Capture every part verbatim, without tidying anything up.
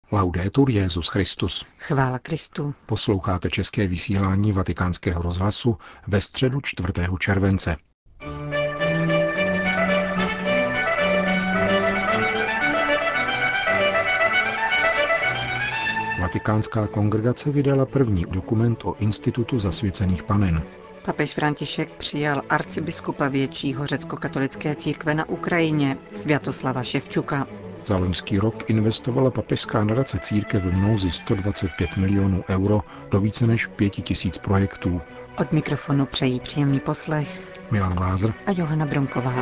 Laudetur Jesus Christus. Chvála Kristu. Posloucháte české vysílání Vatikánského rozhlasu ve středu čtvrtého července. Vatikánská kongregace vydala první dokument o institutu zasvěcených panen. Papež František přijal arcibiskupa většího řecko-katolické církve na Ukrajině, Sviatoslava Ševčuka. Za loňský rok investovala papežská nadace Církev v nouzi sto dvacet pět milionů euro do více než pěti tisíc projektů. Od mikrofonu přejí příjemný poslech Milan Glázer a Johana Bromková.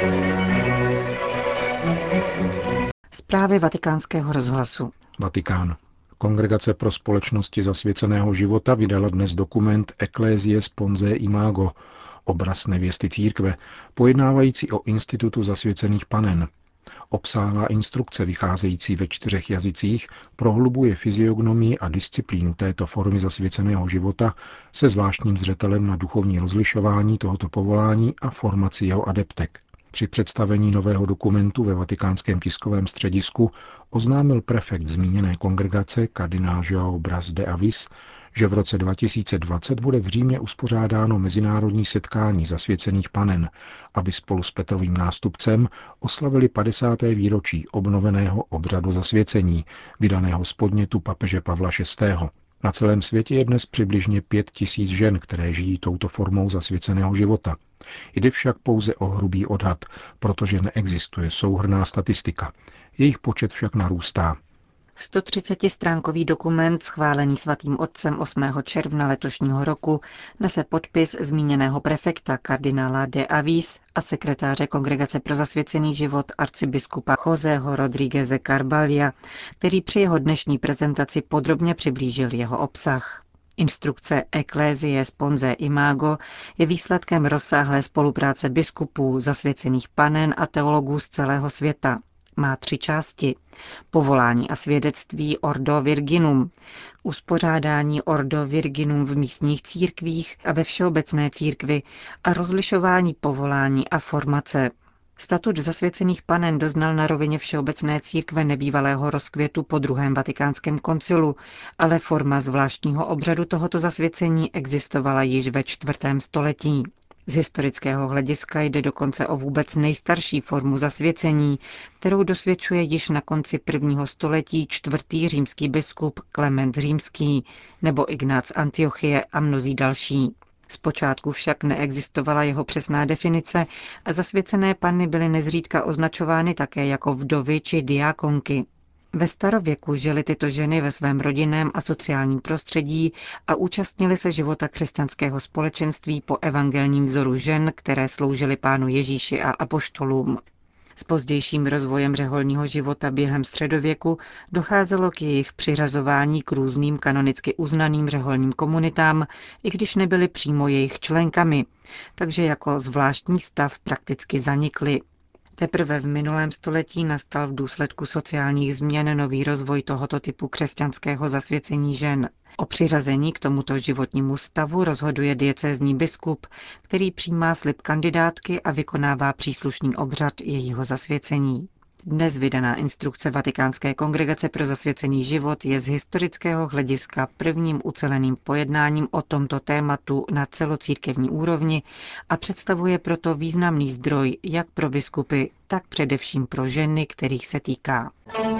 Zprávy Vatikánského rozhlasu. Vatikán. Kongregace pro společnosti zasvěceného života vydala dnes dokument Ecclesiae Sponsae Imago, obraz nevěsty církve, pojednávající o institutu zasvěcených panen. Obsáhlá instrukce vycházející ve čtyřech jazycích prohlubuje fyziognomii a disciplínu této formy zasvěceného života se zvláštním zřetelem na duchovní rozlišování tohoto povolání a formaci jeho adeptek. Při představení nového dokumentu ve Vatikánském tiskovém středisku oznámil prefekt zmíněné kongregace kardinál João Braz de Avis, že v roce dva tisíce dvacet bude v Římě uspořádáno mezinárodní setkání zasvěcených panen, aby spolu s Petrovým nástupcem oslavili padesáté výročí obnoveného obřadu zasvěcení, vydaného z podnětu papeže Pavla šestého. Na celém světě je dnes přibližně pět tisíc žen, které žijí touto formou zasvěceného života. Jde však pouze o hrubý odhad, protože neexistuje souhrnná statistika. Jejich počet však narůstá. sto třicetistránkový dokument schválený svatým otcem osmého června letošního roku nese podpis zmíněného prefekta kardinála de Avis a sekretáře Kongregace pro zasvěcený život arcibiskupa Joseho Rodrígueze Carvalha, který při jeho dnešní prezentaci podrobně přiblížil jeho obsah. Instrukce Ecclesiae Sponsae Imago je výsledkem rozsáhlé spolupráce biskupů, zasvěcených panen a teologů z celého světa. Má tři části. Povolání a svědectví Ordo Virginum, uspořádání Ordo Virginum v místních církvích a ve všeobecné církvi a rozlišování povolání a formace. Statut zasvěcených panen doznal na rovině všeobecné církve nebývalého rozkvětu po druhém vatikánském koncilu, ale forma zvláštního obřadu tohoto zasvěcení existovala již ve čtvrtém století. Z historického hlediska jde dokonce o vůbec nejstarší formu zasvěcení, kterou dosvědčuje již na konci prvního století čtvrtý římský biskup Klement Římský nebo Ignác Antiochie a mnozí další. Zpočátku však neexistovala jeho přesná definice a zasvěcené panny byly nezřídka označovány také jako vdovy či diákonky. Ve starověku žily tyto ženy ve svém rodinném a sociálním prostředí a účastnily se života křesťanského společenství po evangelním vzoru žen, které sloužily Pánu Ježíši a apoštolům. S pozdějším rozvojem řeholního života během středověku docházelo k jejich přiřazování k různým kanonicky uznaným řeholním komunitám, i když nebyly přímo jejich členkami, takže jako zvláštní stav prakticky zanikly. Teprve v minulém století nastal v důsledku sociálních změn nový rozvoj tohoto typu křesťanského zasvěcení žen. O přiřazení k tomuto životnímu stavu rozhoduje diecézní biskup, který přijímá slib kandidátky a vykonává příslušný obřad jejího zasvěcení. Dnes vydaná instrukce Vatikánské kongregace pro zasvěcený život je z historického hlediska prvním uceleným pojednáním o tomto tématu na celocírkevní úrovni a představuje proto významný zdroj jak pro biskupy, tak především pro ženy, kterých se týká.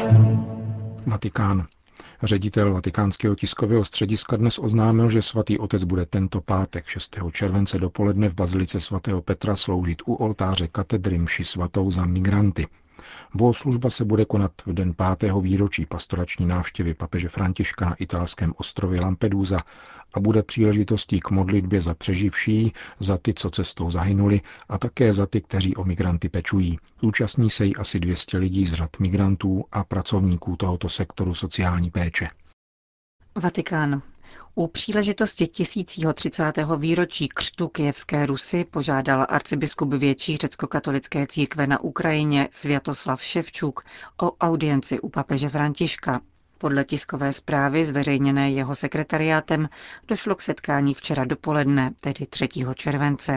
Vatikán. Ředitel Vatikánského tiskového střediska dnes oznámil, že svatý otec bude tento pátek šestého července dopoledne v bazilice svatého Petra sloužit u oltáře katedry mši svatou za migranty. Bohoslužba se bude konat v den pátého výročí pastorační návštěvy papeže Františka na italském ostrově Lampedusa a bude příležitostí k modlitbě za přeživší, za ty, co cestou zahynuli, a také za ty, kteří o migranty pečují. Zúčastní se jí asi dvě stě lidí z řad migrantů a pracovníků tohoto sektoru sociální péče. Vatikán. U příležitosti tisícího třicátého výročí křtu Kyjevské Rusy požádal arcibiskup větší řecko-katolické církve na Ukrajině Sviatoslav Ševčuk o audienci u papeže Františka. Podle tiskové zprávy zveřejněné jeho sekretariátem došlo k setkání včera dopoledne, tedy třetího července.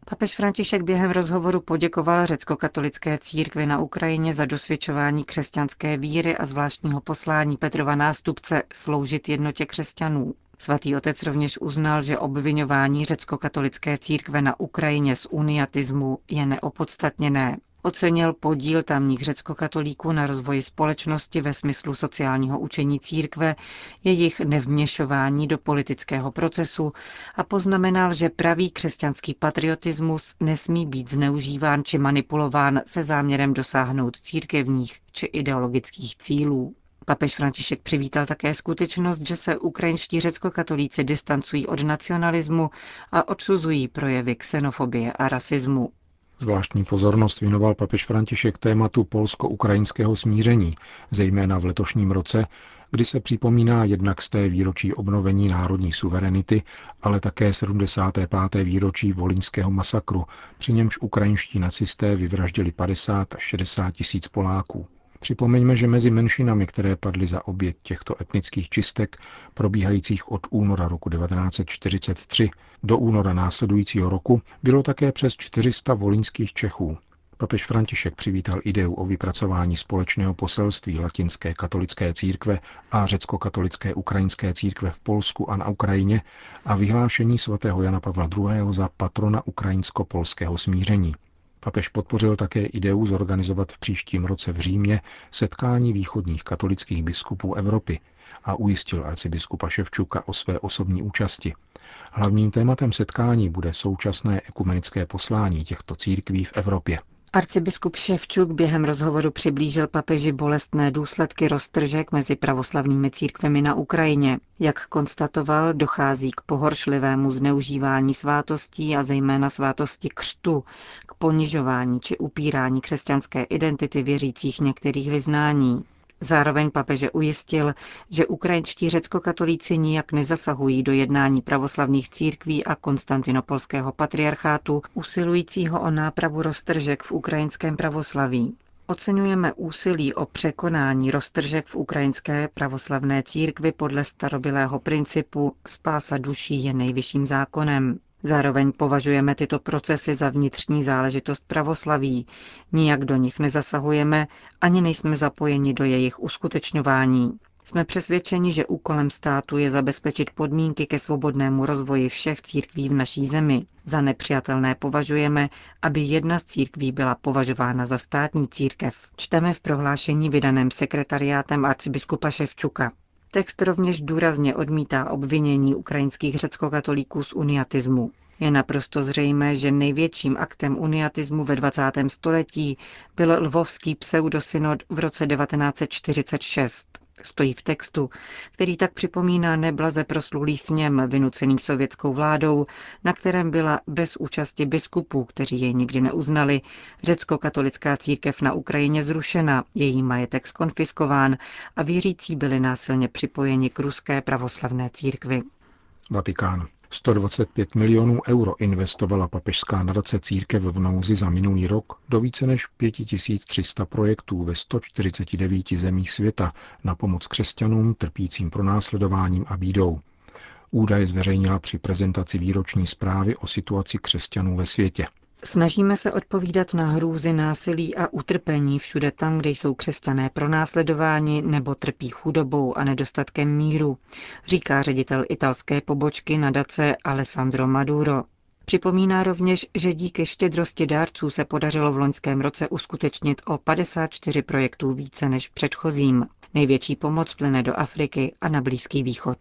Papež František během rozhovoru poděkoval řecko-katolické církvi na Ukrajině za dosvědčování křesťanské víry a zvláštního poslání Petrova nástupce sloužit jednotě křesťanů. Svatý otec rovněž uznal, že obviňování řecko-katolické církve na Ukrajině z uniatismu je neopodstatněné. Ocenil podíl tamních řeckokatolíků na rozvoji společnosti ve smyslu sociálního učení církve, jejich nevměšování do politického procesu a poznamenal, že pravý křesťanský patriotismus nesmí být zneužíván či manipulován se záměrem dosáhnout církevních či ideologických cílů. Papež František přivítal také skutečnost, že se ukrajinští řeckokatolíci distancují od nacionalismu a odsuzují projevy xenofobie a rasismu. Zvláštní pozornost věnoval papež František tématu polsko-ukrajinského smíření, zejména v letošním roce, kdy se připomíná jednak sté výročí obnovení národní suverenity, ale také sedmdesáté páté výročí volyňského masakru, při němž ukrajinští nacisté vyvraždili padesát až šedesát tisíc Poláků. Připomeňme, že mezi menšinami, které padly za oběť těchto etnických čistek, probíhajících od února roku devatenáct set čtyřicet tři do února následujícího roku, bylo také přes čtyři sta volyňských Čechů. Papež František přivítal ideu o vypracování společného poselství latinské katolické církve a řecko-katolické ukrajinské církve v Polsku a na Ukrajině a vyhlášení svatého Jana Pavla druhého. Za patrona ukrajinsko-polského smíření. Papež podpořil také ideu zorganizovat v příštím roce v Římě setkání východních katolických biskupů Evropy a ujistil arcibiskupa Ševčuka o své osobní účasti. Hlavním tématem setkání bude současné ekumenické poslání těchto církví v Evropě. Arcibiskup Ševčuk během rozhovoru přiblížil papeži bolestné důsledky roztržek mezi pravoslavnými církvemi na Ukrajině. Jak konstatoval, dochází k pohoršlivému zneužívání svátostí a zejména svátosti křtu, k ponižování či upírání křesťanské identity věřících některých vyznání. Zároveň papeže ujistil, že ukrajinští řeckokatolíci nijak nezasahují do jednání pravoslavných církví a konstantinopolského patriarchátu, usilujícího o nápravu roztržek v ukrajinském pravoslaví. Oceňujeme úsilí o překonání roztržek v ukrajinské pravoslavné církvi podle starobylého principu spása duší je nejvyšším zákonem. Zároveň považujeme tyto procesy za vnitřní záležitost pravoslaví, nijak do nich nezasahujeme, ani nejsme zapojeni do jejich uskutečňování. Jsme přesvědčeni, že úkolem státu je zabezpečit podmínky ke svobodnému rozvoji všech církví v naší zemi. Za nepřijatelné považujeme, aby jedna z církví byla považována za státní církev. Čteme v prohlášení vydaném sekretariátem arcibiskupa Ševčuka. Text rovněž důrazně odmítá obvinění ukrajinských řeckokatolíků z uniatismu. Je naprosto zřejmé, že největším aktem uniatismu ve dvacátém století byl lvovský pseudosynod v roce devatenáct set čtyřicet šest. Stojí v textu, který tak připomíná neblaze proslulý sněm vynucený sovětskou vládou, na kterém byla bez účasti biskupů, kteří jej nikdy neuznali, řecko-katolická církev na Ukrajině zrušena, její majetek zkonfiskován a věřící byli násilně připojeni k ruské pravoslavné církvi. Vatikán. sto dvacet pět milionů euro investovala papežská nadace Církev v nouzi za minulý rok do více než pět tisíc tři sta projektů ve sto čtyřiceti devíti zemích světa na pomoc křesťanům trpícím pronásledováním a bídou. Údaj zveřejnila při prezentaci výroční zprávy o situaci křesťanů ve světě. Snažíme se odpovídat na hrůzy násilí a utrpení všude tam, kde jsou křesťané pronásledováni nebo trpí chudobou a nedostatkem míru, říká ředitel italské pobočky nadace Alessandro Maduro. Připomíná rovněž, že díky štědrosti dárců se podařilo v loňském roce uskutečnit o padesát čtyři projektů více než v předchozím. Největší pomoc plyne do Afriky a na Blízký východ.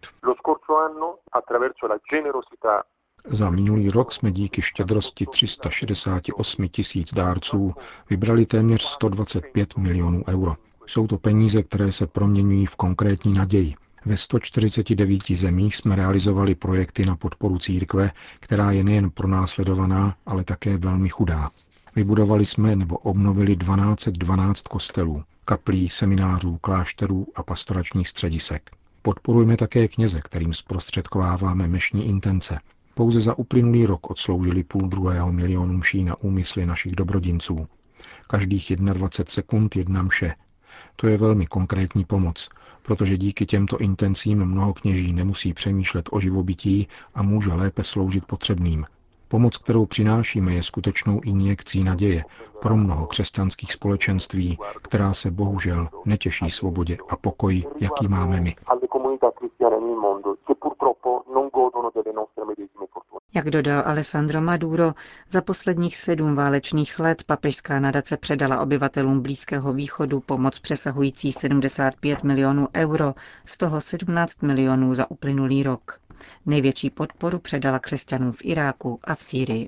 Za minulý rok jsme díky štědrosti tři sta šedesát osm tisíc dárců vybrali téměř sto dvacet pět milionů euro. Jsou to peníze, které se proměňují v konkrétní naději. Ve sto čtyřiceti devíti zemích jsme realizovali projekty na podporu církve, která je nejen pronásledovaná, ale také velmi chudá. Vybudovali jsme nebo obnovili tisíc dvě stě dvanáct kostelů, kaplí, seminářů, klášterů a pastoračních středisek. Podporujeme také kněze, kterým zprostředkováváme mešní intence. Pouze za uplynulý rok odsloužili půl druhého milionu mší na úmysly našich dobrodinců. Každých dvacet jedna sekund jedna mše. To je velmi konkrétní pomoc, protože díky těmto intencím mnoho kněží nemusí přemýšlet o živobytí a může lépe sloužit potřebným. Pomoc, kterou přinášíme, je skutečnou injekcí naděje pro mnoho křesťanských společenství, která se bohužel netěší svobodě a pokoji, jaký máme my. Jak dodal Alessandro Maduro, za posledních sedm válečných let papežská nadace předala obyvatelům Blízkého východu pomoc přesahující sedmdesát pět milionů euro, z toho sedmnáct milionů za uplynulý rok. Největší podporu předala křesťanům v Iráku a v Sýrii.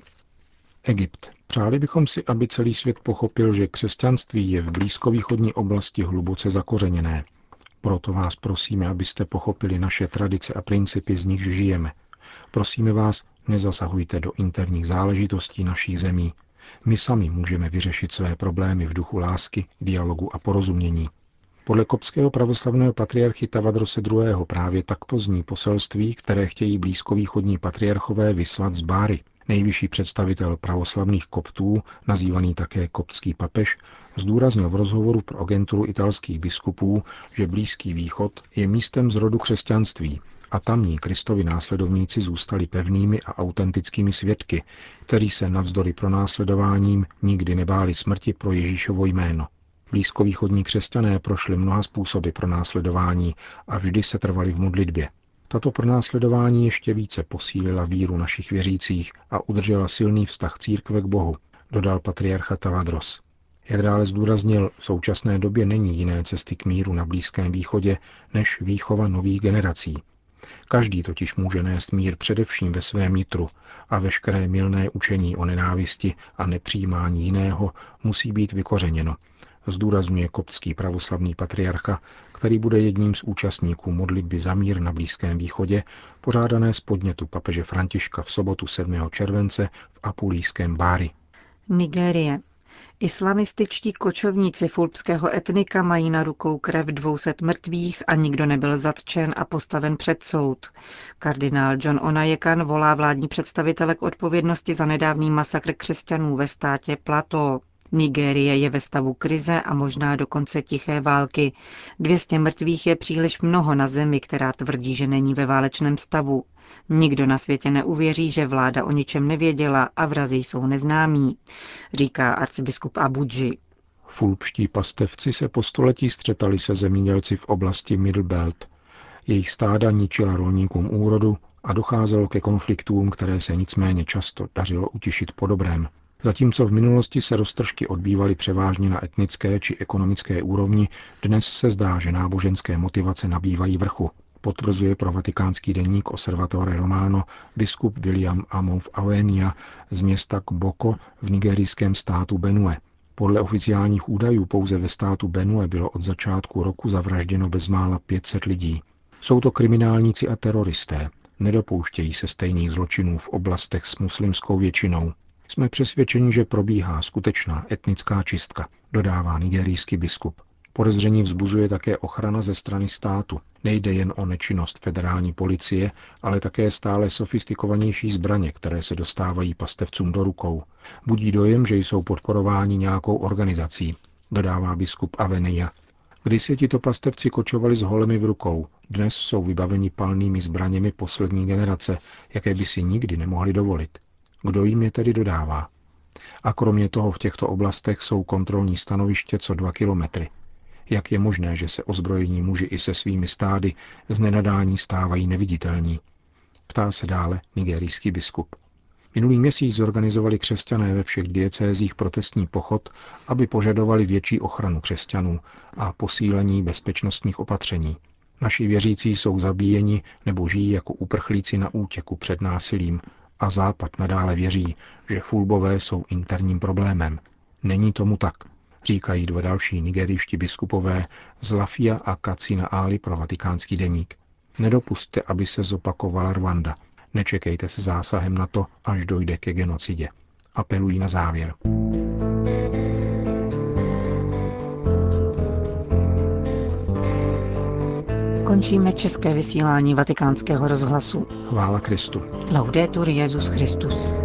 Egypt. Přáli bychom si, aby celý svět pochopil, že křesťanství je v blízkovýchodní oblasti hluboce zakořeněné. Proto vás prosíme, abyste pochopili naše tradice a principy, z nichž žijeme. Prosíme vás, nezasahujte do interních záležitostí našich zemí. My sami můžeme vyřešit své problémy v duchu lásky, dialogu a porozumění. Podle koptského pravoslavného patriarchy Tavadrose druhého. právě takto zní poselství, které chtějí blízkovýchodní patriarchové vyslat z Báry. Nejvyšší představitel pravoslavných koptů, nazývaný také koptský papež, zdůraznil v rozhovoru pro agenturu italských biskupů, že Blízký východ je místem zrodu křesťanství a tamní Kristovi následovníci zůstali pevnými a autentickými svědky, kteří se navzdory pronásledováním nikdy nebáli smrti pro Ježíšovo jméno. Blízkovýchodní křesťané prošli mnoha způsoby pronásledování a vždy se trvali v modlitbě. Tato pronásledování ještě více posílila víru našich věřících a udržela silný vztah církve k Bohu, dodal patriarcha Tavadros. Jak dále zdůraznil, v současné době není jiné cesty k míru na Blízkém východě než výchova nových generací. Každý totiž může nést mír především ve svém nitru a veškeré mylné učení o nenávisti a nepřijímání jiného musí být vykořeněno, zdůrazňuje koptský pravoslavný patriarcha, který bude jedním z účastníků modlitby za mír na Blízkém východě, pořádané z podnětu papeže Františka v sobotu sedmého července v apulijském Bári. Nigérie. Islamističtí kočovníci fulbského etnika mají na rukou krev dvou set mrtvých a nikdo nebyl zatčen a postaven před soud. Kardinál John Onayekan volá vládní představitele k odpovědnosti za nedávný masakr křesťanů ve státě Plateau. Nigérie je ve stavu krize a možná dokonce tiché války. dvě stě mrtvých je příliš mnoho na zemi, která tvrdí, že není ve válečném stavu. Nikdo na světě neuvěří, že vláda o ničem nevěděla a vrazi jsou neznámí, říká arcibiskup Abuji. Fulbští pastevci se po století střetali se zemědělci v oblasti Middle Belt. Jejich stáda ničila rolníkům úrodu a docházelo ke konfliktům, které se nicméně často dařilo utišit po dobrém. Zatímco v minulosti se roztržky odbývaly převážně na etnické či ekonomické úrovni, dnes se zdá, že náboženské motivace nabývají vrchu, potvrzuje pro vatikánský deník Osservatore Romano biskup William Amov Awenia z města Kboko v nigerijském státu Benue. Podle oficiálních údajů pouze ve státu Benue bylo od začátku roku zavražděno bezmála pět set lidí. Jsou to kriminálníci a teroristé. Nedopouštějí se stejných zločinů v oblastech s muslimskou většinou. Jsme přesvědčeni, že probíhá skutečná etnická čistka, dodává nigerijský biskup. Podezření vzbuzuje také ochrana ze strany státu. Nejde jen o nečinnost federální policie, ale také stále sofistikovanější zbraně, které se dostávají pastevcům do rukou. Budí dojem, že jsou podporováni nějakou organizací, dodává biskup Avenia. Kdysi tito pastevci kočovali s holemi v rukou, dnes jsou vybaveni palnými zbraněmi poslední generace, jaké by si nikdy nemohli dovolit. Kdo jim je tedy dodává? A kromě toho v těchto oblastech jsou kontrolní stanoviště co dva kilometry. Jak je možné, že se ozbrojení muži i se svými stády z nenadání stávají neviditelní? Ptá se dále nigerijský biskup. Minulý měsíc zorganizovali křesťané ve všech diecézích protestní pochod, aby požadovali větší ochranu křesťanů a posílení bezpečnostních opatření. Naši věřící jsou zabíjeni nebo žijí jako uprchlíci na útěku před násilím a Západ nadále věří, že Fulbové jsou interním problémem. Není tomu tak, říkají dva další nigerijští biskupové z Lafia a Katsina Ali pro vatikánský deník. Nedopusťte, aby se zopakovala Rwanda. Nečekejte se zásahem na to, až dojde ke genocidě. Apelují na závěr. Končíme české vysílání Vatikánského rozhlasu. Chvála Kristu. Laudetur Jesus Christus.